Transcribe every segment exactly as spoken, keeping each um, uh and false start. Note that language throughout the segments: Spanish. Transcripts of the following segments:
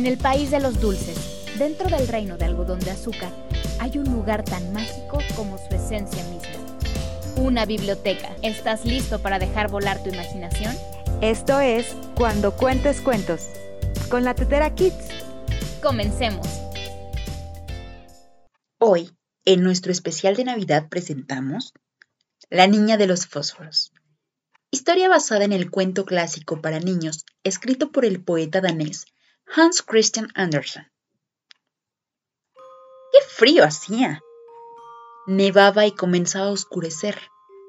el país de los dulces, dentro del reino de algodón de azúcar, hay un lugar tan mágico como su esencia misma. Una biblioteca. ¿Estás listo para dejar volar tu imaginación? Esto es Cuando Cuentes Cuentos, con la Tetera Kids. Comencemos. Hoy, en nuestro especial de Navidad, presentamos La Niña de los Fósforos. Historia basada en el cuento clásico para niños, escrito por el poeta danés Hans Christian Andersen. ¡Qué frío hacía! Nevaba y comenzaba a oscurecer.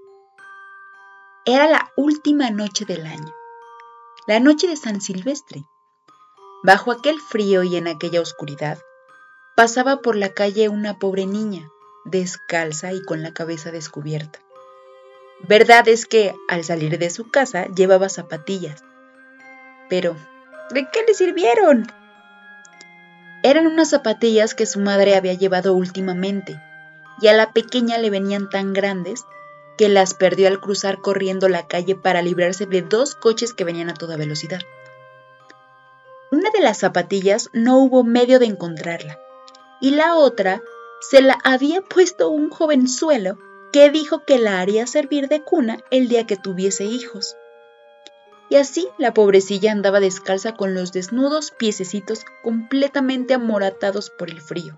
Era la última noche del año, la noche de San Silvestre. Bajo aquel frío y en aquella oscuridad, pasaba por la calle una pobre niña, descalza y con la cabeza descubierta. Verdad es que, al salir de su casa, llevaba zapatillas. Pero, ¿de qué le sirvieron? Eran unas zapatillas que su madre había llevado últimamente, y a la pequeña le venían tan grandes que las perdió al cruzar corriendo la calle para librarse de dos coches que venían a toda velocidad. Una de las zapatillas no hubo medio de encontrarla, y la otra se la había puesto un jovenzuelo que dijo que la haría servir de cuna el día que tuviese hijos. Y así la pobrecilla andaba descalza con los desnudos piececitos completamente amoratados por el frío.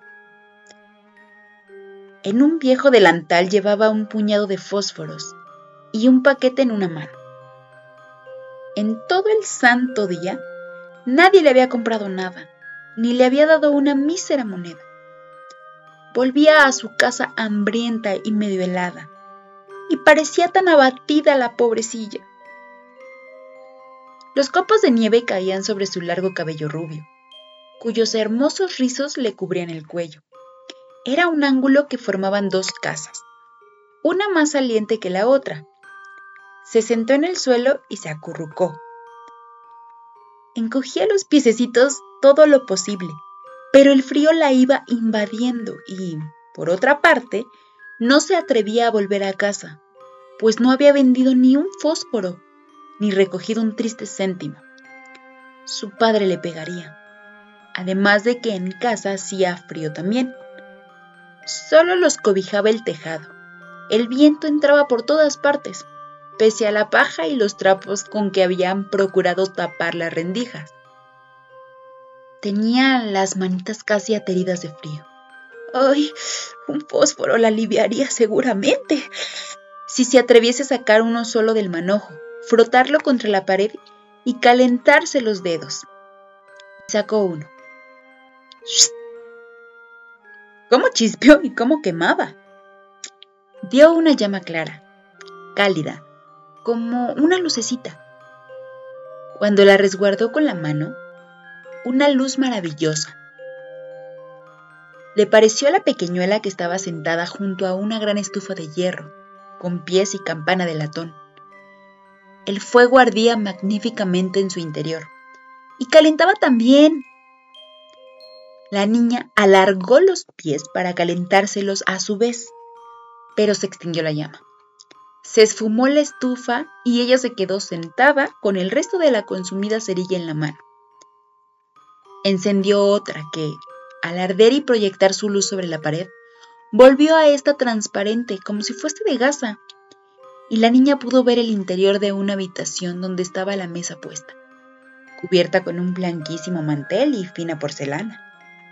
En un viejo delantal llevaba un puñado de fósforos y un paquete en una mano. En todo el santo día, nadie le había comprado nada, ni le había dado una mísera moneda. Volvía a su casa hambrienta y medio helada, y parecía tan abatida la pobrecilla. Los copos de nieve caían sobre su largo cabello rubio, cuyos hermosos rizos le cubrían el cuello. Era un ángulo que formaban dos casas, una más saliente que la otra. Se sentó en el suelo y se acurrucó. Encogía los piececitos todo lo posible, pero el frío la iba invadiendo y, por otra parte, no se atrevía a volver a casa, pues no había vendido ni un fósforo, ni recogido un triste céntimo. Su padre le pegaría, además de que en casa hacía frío también. Solo los cobijaba el tejado. El viento entraba por todas partes, pese a la paja y los trapos con que habían procurado tapar las rendijas. Tenía las manitas casi ateridas de frío. ¡Ay! Un fósforo la aliviaría seguramente. Si se atreviese a sacar uno solo del manojo, frotarlo contra la pared y calentarse los dedos. Sacó uno. ¿Cómo chispeó y cómo quemaba? Dio una llama clara, cálida, como una lucecita. Cuando la resguardó con la mano, una luz maravillosa. Le pareció a la pequeñuela que estaba sentada junto a una gran estufa de hierro, con pies y campana de latón. El fuego ardía magníficamente en su interior, y calentaba también. La niña alargó los pies para calentárselos a su vez, pero se extinguió la llama. Se esfumó la estufa y ella se quedó sentada con el resto de la consumida cerilla en la mano. Encendió otra que, al arder y proyectar su luz sobre la pared, volvió a esta transparente como si fuese de gasa, y la niña pudo ver el interior de una habitación donde estaba la mesa puesta, cubierta con un blanquísimo mantel y fina porcelana.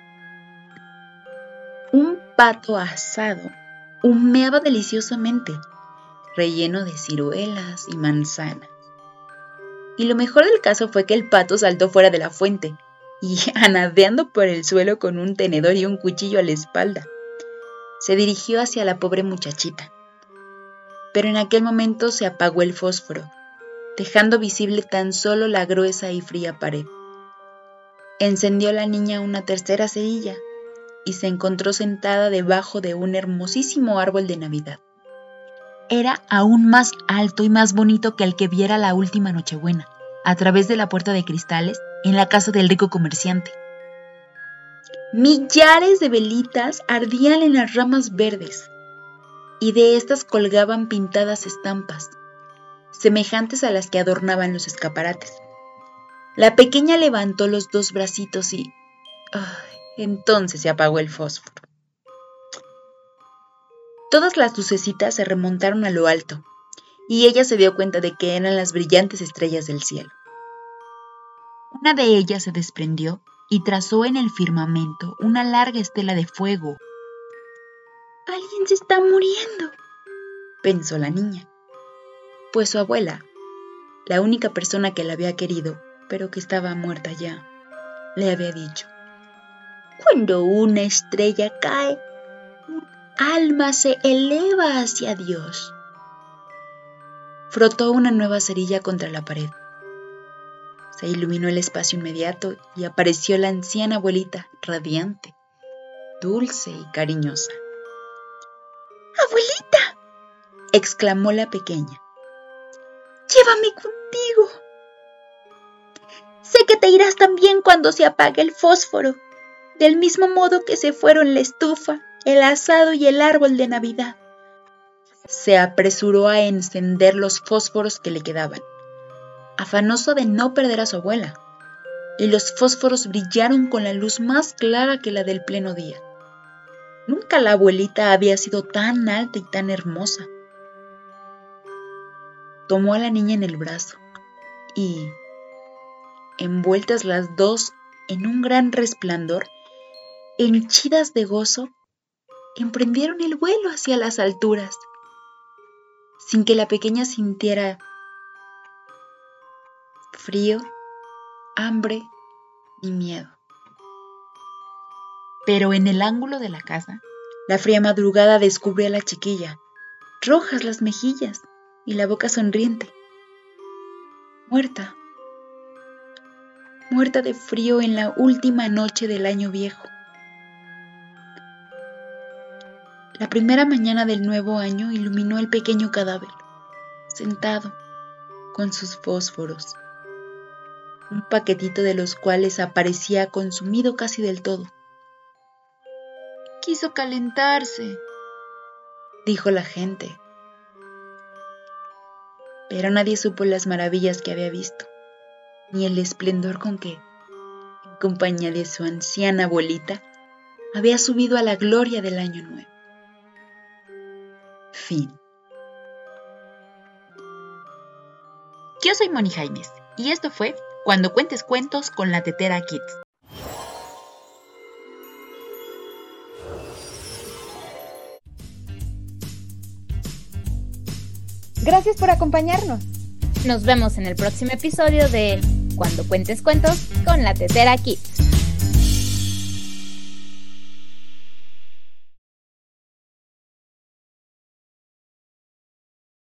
Un pato asado humeaba deliciosamente, relleno de ciruelas y manzanas. Y lo mejor del caso fue que el pato saltó fuera de la fuente y, anadeando por el suelo con un tenedor y un cuchillo a la espalda, se dirigió hacia la pobre muchachita. Pero en aquel momento se apagó el fósforo, dejando visible tan solo la gruesa y fría pared. Encendió la niña una tercera cerilla y se encontró sentada debajo de un hermosísimo árbol de Navidad. Era aún más alto y más bonito que el que viera la última Nochebuena, a través de la puerta de cristales, en la casa del rico comerciante. Millares de velitas ardían en las ramas verdes, y de estas colgaban pintadas estampas, semejantes a las que adornaban los escaparates. La pequeña levantó los dos bracitos y, Ay, entonces se apagó el fósforo. Todas las lucecitas se remontaron a lo alto, y ella se dio cuenta de que eran las brillantes estrellas del cielo. Una de ellas se desprendió y trazó en el firmamento una larga estela de fuego. «Alguien se está muriendo», pensó la niña, pues su abuela, la única persona que la había querido, pero que estaba muerta ya, le había dicho: «Cuando una estrella cae, un alma se eleva hacia Dios». Frotó una nueva cerilla contra la pared. Se iluminó el espacio inmediato y apareció la anciana abuelita, radiante, dulce y cariñosa. «¡Abuelita!», exclamó la pequeña. «Llévame contigo. Sé que te irás también cuando se apague el fósforo, del mismo modo que se fueron la estufa, el asado y el árbol de Navidad». Se apresuró a encender los fósforos que le quedaban, afanoso de no perder a su abuela, y los fósforos brillaron con la luz más clara que la del pleno día. Nunca la abuelita había sido tan alta y tan hermosa. Tomó a la niña en el brazo y, envueltas las dos en un gran resplandor, henchidas de gozo, emprendieron el vuelo hacia las alturas, sin que la pequeña sintiera frío, hambre ni miedo. Pero en el ángulo de la casa, la fría madrugada descubrió a la chiquilla, rojas las mejillas y la boca sonriente, muerta, muerta de frío en la última noche del año viejo. La primera mañana del nuevo año iluminó el pequeño cadáver, sentado, con sus fósforos, un paquetito de los cuales aparecía consumido casi del todo. «Quiso calentarse», dijo la gente. Pero nadie supo las maravillas que había visto, ni el esplendor con que, en compañía de su anciana abuelita, había subido a la gloria del año nuevo. Fin. Yo soy Moni Jaimes y esto fue Cuando Cuentes Cuentos con la Tetera Kids. Gracias por acompañarnos. Nos vemos en el próximo episodio de Cuando Cuentes Cuentos con la Tetera Kids.